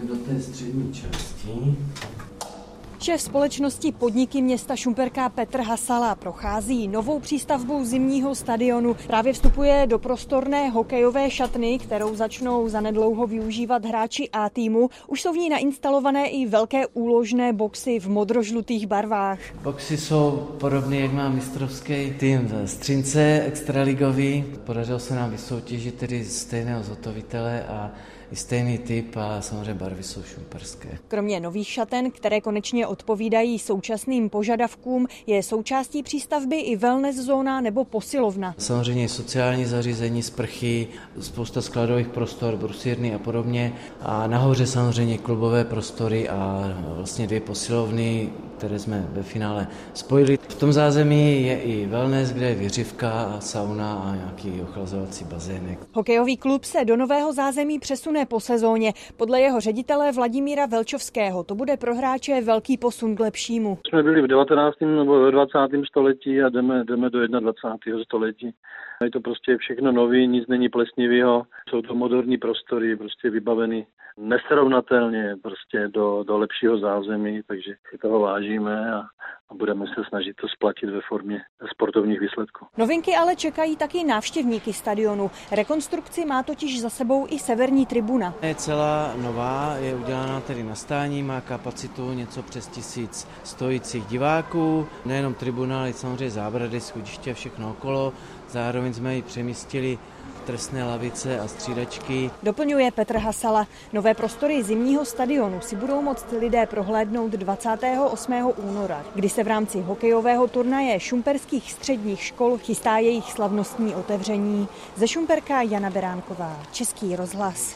do té střední části. Šéf společnosti Podniky města Šumperka Petr Hasala prochází novou přístavbou zimního stadionu. Právě vstupuje do prostorné hokejové šatny, kterou začnou zanedlouho využívat hráči A týmu. Už jsou v ní nainstalované i velké úložné boxy v modrožlutých barvách. Boxy jsou podobné, jak má mistrovský tým v Střince extraligový. Podařilo se nám vysoutěžit tedy stejného zhotovitele a i stejný typ a samozřejmě barvy jsou šumperské. Kromě nových šaten, které konečně odpovídají současným požadavkům, je součástí přístavby i wellness zóna nebo posilovna. Samozřejmě sociální zařízení, sprchy, spousta skladových prostor, brusírny a podobně. A nahoře samozřejmě klubové prostory a vlastně 2 posilovny, které jsme ve finále spojili. V tom zázemí je i wellness, kde je věřivka a sauna a nějaký ochlazovací bazének. Hokejový klub se do nového zázemí přesune po sezóně. Podle jeho ředitele Vladimíra Velčovského to bude pro hráče velký posun k lepšímu. Jsme byli v 19. nebo ve 20. století a jdeme do 21. století. Je to prostě všechno nový, nic není plesnivého. Jsou to moderní prostory, prostě vybaveny nesrovnatelně prostě do lepšího zázemí, takže si toho vážíme a budeme se snažit to splatit ve formě sportovních výsledků. Novinky ale čekají taky návštěvníky stadionu. Rekonstrukci má totiž za sebou i severní tribuna. Je celá nová, je udělána tedy na stání, má kapacitu něco přes 1000 stojících diváků. Nejenom tribuna, ale samozřejmě zábrady, schodiště, všechno okolo. Zároveň jsme ji přemístili trestné lavice a střídačky. Doplňuje Petr Hasala. Nové prostory zimního stadionu si budou moct lidé prohlédnout 28. února, kdy se v rámci hokejového turnaje šumperských středních škol chystá jejich slavnostní otevření. Ze Šumperka Jana Beránková, Český rozhlas.